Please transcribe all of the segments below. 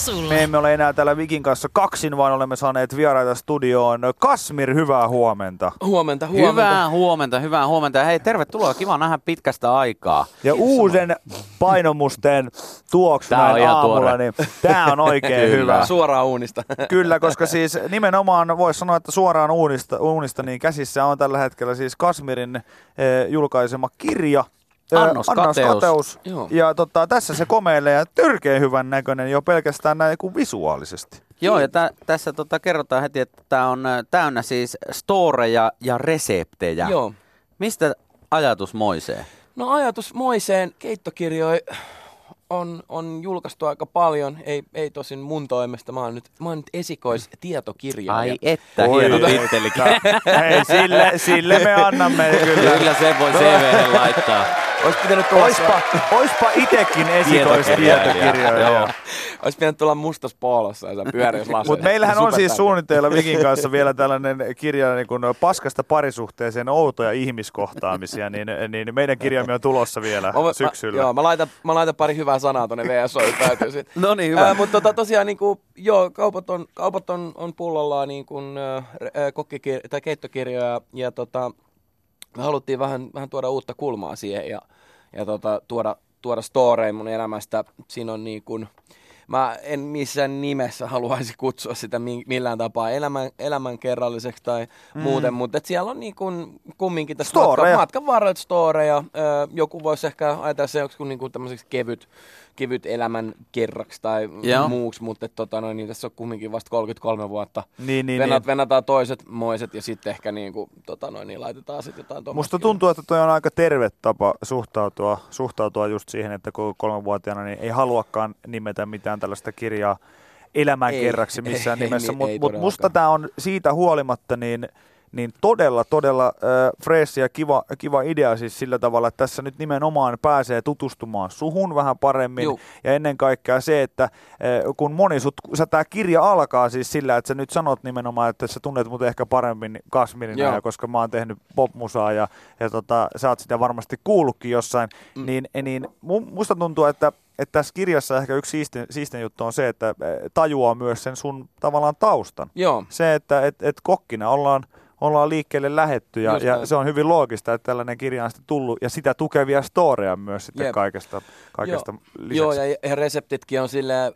sulle. Me emme ole enää täällä Vikin kanssa kaksin, vaan olemme saaneet vieraita studioon. Kasmir, hyvää huomenta. Huomenta. Hyvää huomenta. Hei, tervetuloa. Kiva nähdä pitkästä aikaa. Ja uusen painomusteen tuoksu näin aamulla, niin tää on oikein hyvä. Suoraan uunista. Kyllä, koska siis nimenomaan voisi sanoa, että suoraan uunista niin käsissä on tällä hetkellä siis Kasmirin julkaisema kirja. Annos kateus. Ja tässä se komeilee ja törkeän hyvän näköinen jo pelkästään näin kuin visuaalisesti. Joo, ja tässä kerrotaan heti, että tämä on täynnä siis storeja ja reseptejä. Joo. Mistä ajatus moiseen? No ajatus moiseen keittokirjoja on julkaistu aika paljon, ei tosin mun toimesta. Mä oon nyt esikoistietokirjaaja. Ai että, hieno tittelikin. Hei, sille me annamme kyllä. Kyllä se voi CV:hen laittaa. Oispa itekin esikoistietokirjaaja. Olisi pitänyt tulla mustas poolossa ja pyöräys laseja. Mutta meillähän on siis suunnitteilla Vikin kanssa vielä tällainen kirja niin kuin paskasta parisuhteeseen outoja ihmiskohtaamisia, niin meidän kirjamme on tulossa vielä syksyllä. Mä laitan pari hyvää sanaa tuonne VSO:lle päätyy sitten. No niin, hyvä. Mutta tosiaan niin kuin, kaupat on pullollaan niin kuin, tai keittokirjoja ja me haluttiin vähän tuoda uutta kulmaa siihen ja tuoda storeen mun elämästä. Siinä on niin kuin, mä en missään nimessä haluaisi kutsua sitä millään tapaa elämänkerralliseksi tai muuten, mutta siellä on niin kuin kumminkin tässä matkan varrella storeja. Joku voisi ehkä ajatella se joku niin kuin tämmöiseksi kevyt elämän kerraksi tai muuksi, mutta niin tässä on kumminkin vasta 33 vuotta. Vennataan toiset moiset ja sitten ehkä niin laitetaan sitten jotain tuommoista. Musta tuntuu, että toi on aika terve tapa suhtautua just siihen, että kun 3-vuotiaana niin ei haluakaan nimetä mitään tällaista kirjaa elämänkerraksi missään nimessä, mutta musta tää on siitä huolimatta niin todella fresh ja kiva idea siis sillä tavalla, että tässä nyt nimenomaan pääsee tutustumaan suhun vähän paremmin. Ja ennen kaikkea se, että kun tämä kirja alkaa siis sillä, että sä nyt sanot nimenomaan, että sä tunnet mut ehkä paremmin Kasmirina, koska mä oon tehnyt popmusaa ja sä oot sitä varmasti kuullutkin jossain, niin musta tuntuu, että tässä kirjassa ehkä yksi siistin juttu on se, että tajuaa myös sen sun tavallaan taustan. Joo. Se, että kokkina ollaan liikkeelle lähetty ja se on hyvin loogista, että tällainen kirja on sitten tullut ja sitä tukevia storeja myös sitten kaikesta lisäksi. Joo, ja reseptitkin on silleen,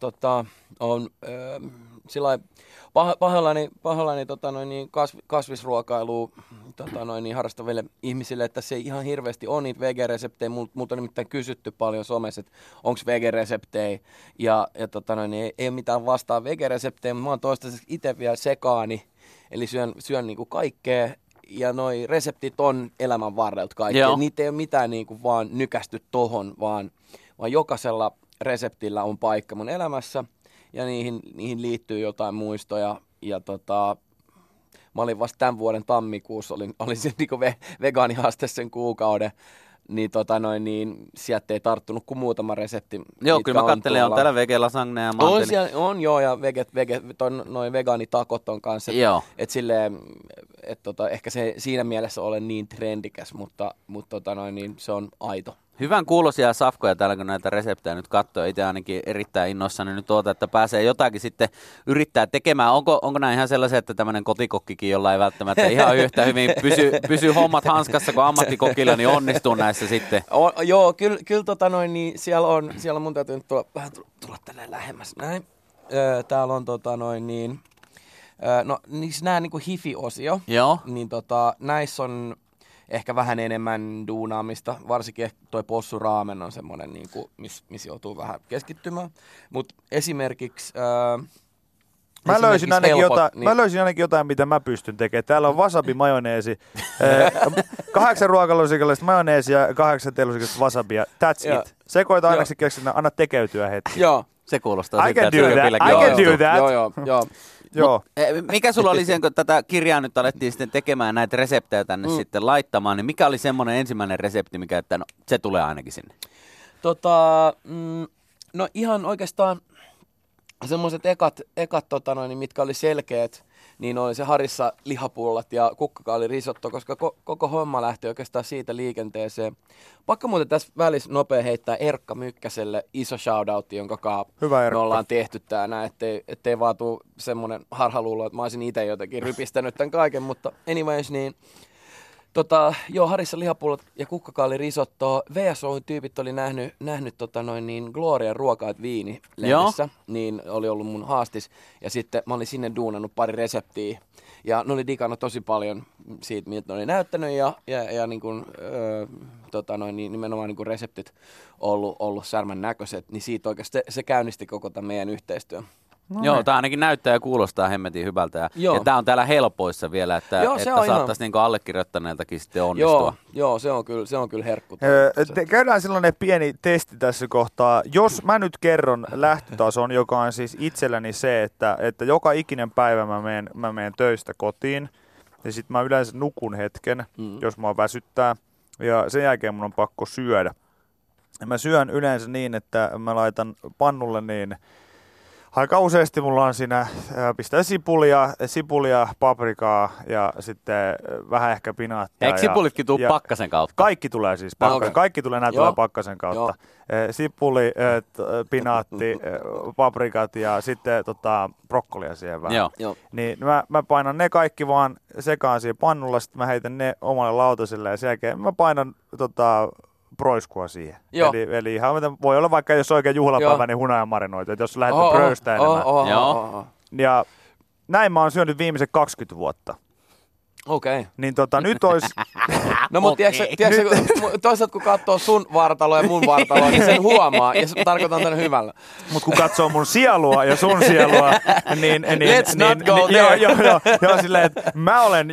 sillä pahoillani kasvisruokailua harrastaville ihmisille, että se ei ihan hirveästi on niitä vege-reseptejä. Multa on nimittäin kysytty paljon somessa, että onko vege-reseptejä ja ei ole mitään vastaan vege-reseptejä, mutta mä oon toistaiseksi itse vielä sekaani. Eli syön niinku kaikkea ja noi reseptit on elämän varrelta kaikkea. Niitä ei ole mitään niinku vaan nykästy tohon, vaan jokaisella reseptillä on paikka mun elämässä ja niihin liittyy jotain muistoja. Ja mä olin vasta tämän vuoden tammikuussa, olin sen niinku vegaanihaaste sen kuukauden. Niin sieltä ei tarttunut kuin muutama resepti. Joo, kyllä mä katselen, on täällä vege-lasagne ja manteli. On joo, ja noin vegaanitakot on kanssa. Et silleen, ehkä se siinä mielessä ole niin trendikäs, mutta se on aito. Hyvän kuuloisia safkoja täällä, kun näitä reseptejä nyt katsoo. Itse ainakin erittäin innoissani nyt että pääsee jotakin sitten yrittää tekemään. Onko nämä ihan sellaisia, että tämmöinen kotikokkikin, jolla ei välttämättä ihan yhtä hyvin pysy hommat hanskassa kuin ammattikokilla, niin onnistuu näissä sitten? Joo, kyllä niin siellä on mun täytyy nyt tulla tälle lähemmäs näin. Täällä on niissä nämä niinku hifi-osio. Joo. Niin näissä on ehkä vähän enemmän duunaamista, varsinkin toi possuraamen on semmoinen, niin missä joutuu vähän keskittymään. Mutta esimerkiksi... Mä löysin ainakin jotain, mitä mä pystyn tekemään. Täällä on wasabi-majoneesi, 8 ruokalusikallista majoneesia ja 8 teelusikallista wasabia. That's it. Sekoita ainakin keksin, anna tekeytyä heti. Joo, se kuulostaa siltä, että I can do that. Joo. Mikä sulla oli sen, kun tätä kirjaa nyt alettiin sitten tekemään näitä reseptejä tänne sitten laittamaan, niin mikä oli semmoinen ensimmäinen resepti, mikä että se tulee ainakin sinne? No ihan oikeastaan semmoiset ekat mitkä oli niin oli se Harissa lihapullat ja kukkakaalirisotto, koska koko homma lähti oikeastaan siitä liikenteeseen. Pakko muuten tässä välissä nopea heittää Erkka Mykkäselle iso shoutoutti, jonka me ollaan tehty täällä, ettei vaan tule semmoinen harhaluulo, että mä olisin itse jotenkin rypistänyt tämän kaiken, mutta anyways niin... Harissa lihapullat ja kukkakaalirisottoa. VSO-tyypit oli nähnyt Glorian ruokaa viini lehdessä, niin oli ollut mun haastis. Ja sitten mä olin sinne duunannut pari reseptiä. Ja ne oli digannut tosi paljon siitä, miltä ne oli näyttänyt. Ja niin kuin, nimenomaan niin kuin reseptit ollut särmän näköiset. Niin siitä oikeasti se käynnisti koko tämän meidän yhteistyön. No joo, tämä ainakin näyttää ja kuulostaa hemmetin hyvältä. Ja tämä on täällä helpoissa vielä, että saattaisi niinku allekirjoittaneeltakin sitten onnistua. Joo, se on kyllä herkku. Käydään sellainen pieni testi tässä kohtaa. Jos mä nyt kerron lähtötason, joka on siis itselläni se, että joka ikinen päivä mä menen töistä kotiin. Ja sitten mä yleensä nukun hetken, jos mua väsyttää. Ja sen jälkeen mun on pakko syödä. Ja mä syön yleensä niin, että mä laitan pannulle niin... Aika useasti mulla on siinä, pistää sipulia, paprikaa ja sitten vähän ehkä pinaattia. Eikö sipulitkin tule pakkasen kautta? Kaikki tulee siis pakkasen. Kaikki tulee pakkasen kautta. Sipuli, pinaatti, paprikat ja sitten brokkolia siihen vähän. Joo. Niin mä painan ne kaikki vaan sekaan siihen pannulla, sitten mä heitän ne omalle lautaselle ja sen jälkeen mä painan proiskua siihen. Eli ihan voi olla vaikka, jos on oikein juhlapäivä, niin hunajan marinoitu, että jos lähdette pröystäilemään. Ja näin mä oon syönyt viimeiset 20 vuotta. Okei. Niin nyt olisi... No mutta tiedätkö, toisaalta kun katsoo sun vartaloa ja mun vartaloa, niin sen huomaa, ja tarkoitan tämän hyvällä. Mutta kun katsoo mun sielua ja sun sielua, niin... Let's not go there. Joo, silleen, että mä olen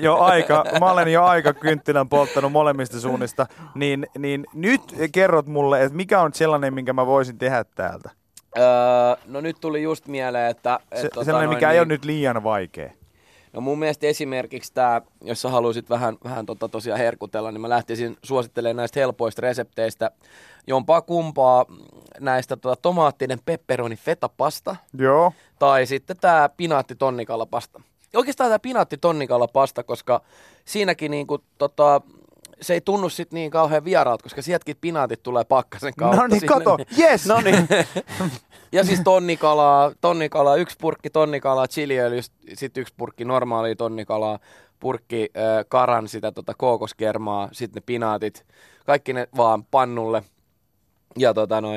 jo aika kynttilän polttanut molemmista suunnista, niin nyt kerrot mulle, että mikä on sellainen, minkä mä voisin tehdä täältä? No nyt tuli just mieleen, että... sellainen, mikä ei ole nyt liian vaikea. No mun mielestä esimerkiksi tämä, jos sä haluaisit vähän tosiaan herkutella, niin mä lähtisin suosittelemaan näistä helpoista resepteistä jompaa kumpaa näistä tomaattinen pepperoni feta-pasta. Joo. Tai sitten tämä pinaatti tonnikalapasta. Oikeastaan tämä pinaatti tonnikalapasta, koska siinäkin niinku se ei tunnu sit niin kauhean vieraalta, koska sieltäkin pinaatit tulee pakkasen kautta. No niin, kato, yes! No niin. Ja siis tonnikalaa, 1 purkki tonnikalaa, chiliöljy, sitten 1 purkki normaalia tonnikalaa, purkki karan sitä kookoskermaa, sitten ne pinaatit, kaikki ne vaan pannulle. Ja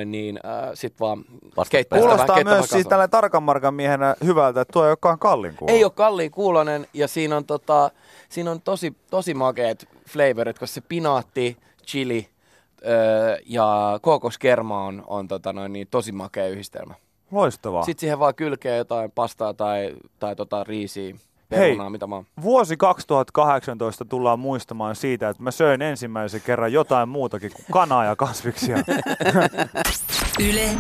sit vaan keittää. Kuulostaa myös siis tällä tarkan markan miehenä hyvältä, että tuo ei olekaan kalliin kuulonen. Ei ole kalliin kuulonen ja siinä on tosi makeat flavorit, koska se pinaatti, chili ja kookoskerma on tosi makea yhdistelmä. Loistavaa. Sitten siihen vaan kylkee jotain pastaa tai riisiä. Perunaa, mitä vuosi 2018 tullaan muistamaan siitä, että mä söin ensimmäisen kerran jotain muutakin kuin kanaa ja kasviksia. Yle.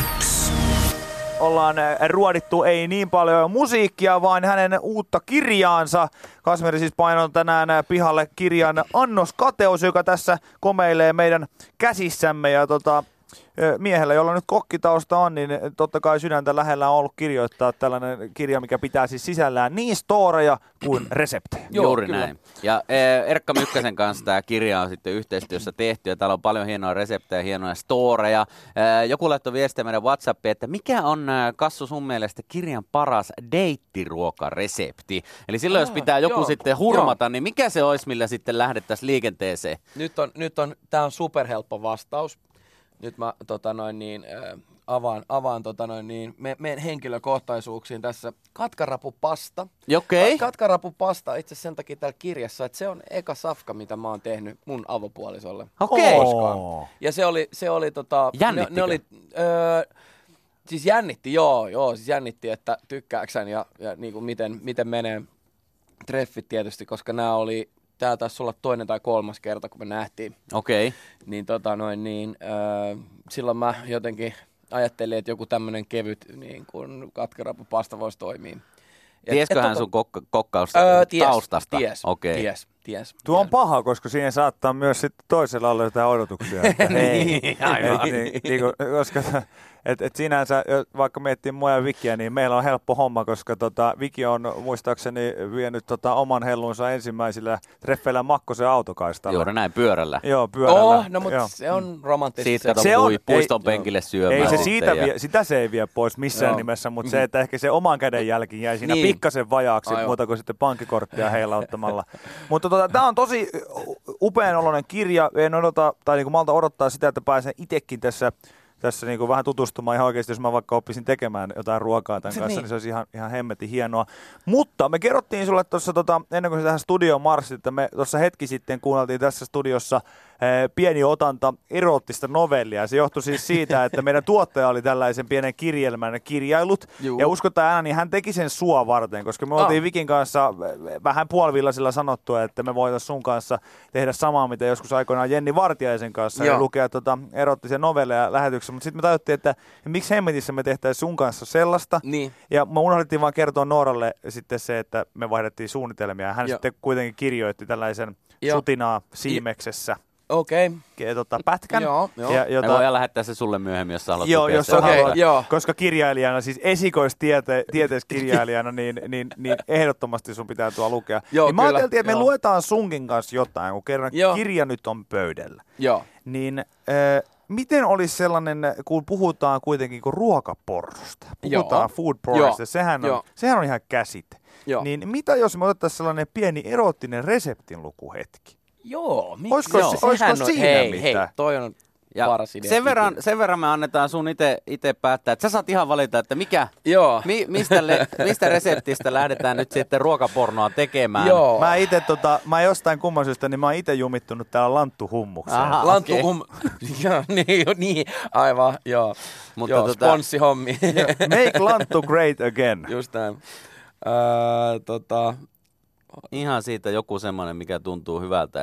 Ollaan ruodittu ei niin paljon musiikkia, vaan hänen uutta kirjaansa. Kasmeri siis painoi tänään pihalle kirjan Annos Kateus, joka tässä komeilee meidän käsissämme. Ja miehellä, jolla nyt kokkitausta on, niin totta kai sydäntä lähellä on ollut kirjoittaa tällainen kirja, mikä pitää siis sisällään niin storeja kuin reseptejä. Juuri näin. Ja Erkka Mykkäsen kanssa tämä kirja on sitten yhteistyössä tehty ja täällä on paljon hienoja reseptejä, hienoja storeja. Joku laittoi viestiä meidän WhatsAppiin, että mikä on, Kassu, sun mielestä kirjan paras deittiruokaresepti? Eli silloin, jos pitää joku sitten hurmata, niin mikä se olisi, millä sitten lähdettäisiin liikenteeseen? Tämä on superhelppo vastaus. Nyt mä avaan meidän henkilökohtaisuuksiin tässä. Katkarapupasta. Okei. Katkarapupasta itse sen takia täällä kirjassa, että se on eka safka, mitä mä oon tehnyt mun avopuolisolle. Okei. Ja se oli Jännittikö? Ne oli, siis jännitti, että tykkääksän ja niinku miten menee treffit tietysti, koska tää taisi olla 2. tai 3. kerta, kun me nähtiin. Okei. Niin silloin mä jotenkin ajattelin, että joku tämmönen kevyt niin kuin katkerapupasta voisi toimia. Tiesiköhän sun kokkaus taustasta? Ties. ties. Tuo on paha, koska siihen saattaa myös sitten toisella olla jotain odotuksia. Että hei, koska sinänsä, vaikka miettii mua ja Vikiä, niin meillä on helppo homma, koska Viki on muistaakseni vienyt oman hellunsa ensimmäisillä treffeillä Makkosen autokaistalla. Juuri näin, pyörällä. Joo, pyörällä. No mutta se on romanttista. Siitä puiston penkille syömään. Ei se siitä sitä se ei vie pois missään nimessä, mutta se, että ehkä se oman käden jälki jäi siinä pikkasen vajaaksi, muuta kuin sitten pankkikorttia heilauttamalla. Mutta tämä on tosi upean oloinen kirja. En odota, tai niin kuin malta odottaa sitä, että pääsen itsekin tässä niin kuin vähän tutustumaan ihan oikeasti, jos mä vaikka oppisin tekemään jotain ruokaa tämän kanssa, niin se olisi ihan hemmetin hienoa. Mutta me kerrottiin sulle tuossa, ennen kuin se tähän studioon marssit, että me tuossa hetki sitten kuunneltiin tässä studiossa pieni otanta eroottista novellia. Se johtui siis siitä, että meidän tuottaja oli tällaisen pienen kirjelmän kirjailut. Juu. Ja uskotaan aina, niin hän teki sen sua varten, koska me oltiin Vikin kanssa vähän puolivillaisilla sanottua, että me voitaisiin sun kanssa tehdä samaa, mitä joskus aikoinaan Jenni Vartiaisen kanssa ja lukea eroottisia novelleja lähetyksessä. Mutta sitten me tajuttiin, että miksi hemmetissä me tehtäisiin sun kanssa sellaista. Niin. Ja me unohdettiin vaan kertoa Nooralle sitten se, että me vaihdettiin suunnitelmia. Hän sitten kuitenkin kirjoitti tällaisen sutinaa siimeksessä. Okei. Pätkän. Joo. Me voidaan lähettää se sulle myöhemmin, jos haluat lukea sen. Koska kirjailijana, siis esikoistieteeskirjailijana, niin ehdottomasti sun pitää tuo lukea. Joo, niin mä ajattelin, että me luetaan sunkin kanssa jotain, kun kerran kirja nyt on pöydällä. Joo. Niin miten olisi sellainen, kun puhutaan kuitenkin ruokaporrosta, puhutaan food porrosta, sehän on ihan käsite. Niin mitä jos me otettaisiin sellainen pieni eroottinen reseptin lukuhetki? Joo, miksi? Olisiko siinä mitään? Hei, toi on paras idea. Sen verran me annetaan sun itse päättää, että sä saat ihan valita, että mistä reseptistä lähdetään nyt sitten ruokapornoa tekemään. Joo. Mä jostain kumman syystä, niin mä oon itse jumittunut täällä lanttuhummukseen. Niin, aivan, joo. Mutta sponssihommi. Make lanttu great again. Just näin. Ihan siitä joku semmoinen, mikä tuntuu hyvältä.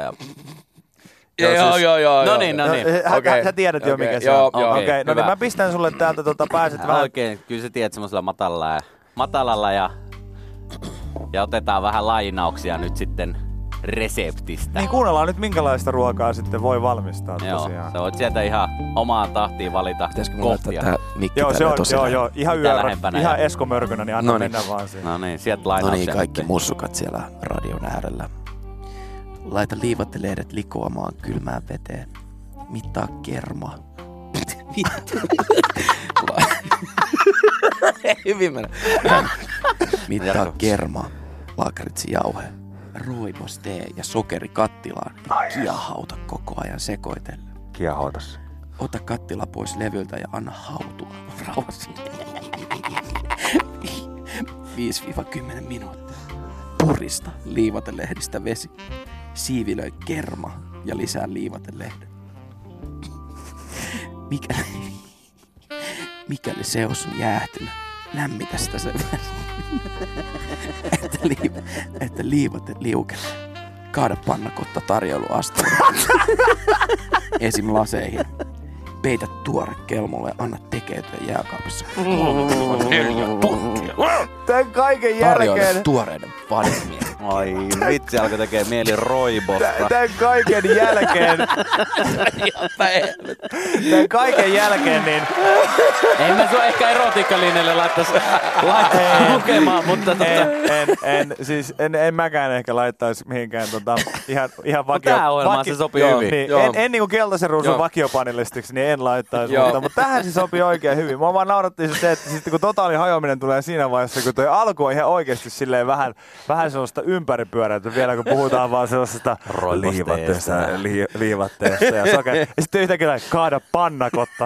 Joo. No niin. Sä tiedät jo, mikä se on. Okei, no niin mä pistän sulle täältä pääset vähän. Oikein, kyllä sä tiedät semmoisella matalalla ja otetaan vähän lainauksia nyt sitten reseptistä. Niin kuunnellaan nyt, minkälaista ruokaa sitten voi valmistaa tosiaan. Sä voit sieltä ihan omaan tahtiin valita koppia. Joo, ihan ihan Esko Mörkönä, niin anna mennä vaan siihen. No niin, sieltä lainauksia. No niin, kaikki mussukat siellä radion äärellä. Laita liivattelehdet likoamaan kylmään veteen. Mittaa kerma. Hyvin mennä. Mittaa kerma, lakritsijauhe, rooibos-tee ja sokeri kattilaan. Kiehauta koko ajan sekoitellen. Kiehautas. Ota kattila pois levyltä ja anna hautua rauhassa. 5-10 minuuttia. Purista liivatelehdistä vesi. Siivilöi kerma ja lisää liivatelehden. Mikäli seos on jäähtynyt, lämmitä sitä sen verran, että liivate liukenee. Kaada pannakotta tarjoiluasteelle. Esim. Laseihin. Peitä tuore kelmolle ja anna tekeytyä jääkaapissa. 4 tuntia. Tän kaiken Tarjoile jälkeen... tuoreiden vadelmia. Ai vitsi, alkoi tekee mieli roibosta. Tän kaiken jälkeen... Tän kaiken jälkeen, niin... En mä sua ehkä erotiikkalinjalle laittaisi lukemaan, mutta... En mäkään ehkä laittaisi mihinkään ihan vakio... Tää ohjelmaan se sopii hyvin. Niin, en niinku Keltaisen Ruusun vakiopanelistiksi, niin en laittaisi, mutta tähän se sopii oikein hyvin. Mua vaan naurattiin se, että sitten kun totaali hajoaminen tulee siinä vaiheessa, kun toi alku on ihan oikeasti silleen vähän sellaista ympäripyöräytä vielä, kun puhutaan vaan sellaisesta liivatteesta ja sokeri. Ja sitten yhtäkkiä kaada pannakotta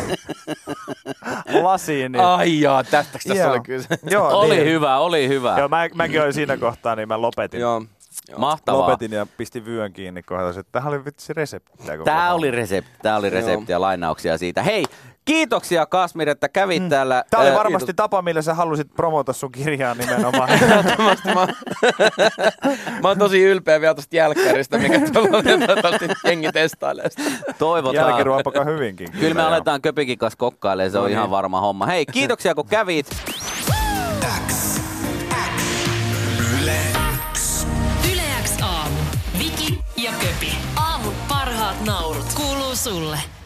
lasiin. Niin. Ai jaa, tästäks tässä oli kyse? Oli hyvä. Joo, mäkin olin siinä kohtaa, niin mä lopetin. Joo. Mahtavaa. Lopetin ja pistin vyön kiinni kohdassa, että tämähän oli vitsi resepti. Tämä oli resepti ja lainauksia siitä. Hei, kiitoksia Kasmir, että kävit täällä. Tämä oli varmasti tapa, millä sä halusit promota sun kirjaa nimenomaan. Mä oon tosi ylpeä vielä tosta jälkkäristä, mikä tuolla jengi testailee sitä. Toivotaan. Jälkiruopaka hyvinkin. Kyllä me aletaan Köpikin kanssa kokkailemaan, se on ihan varma homma. Hei, kiitoksia kun kävit. Yle X aamu. sulle.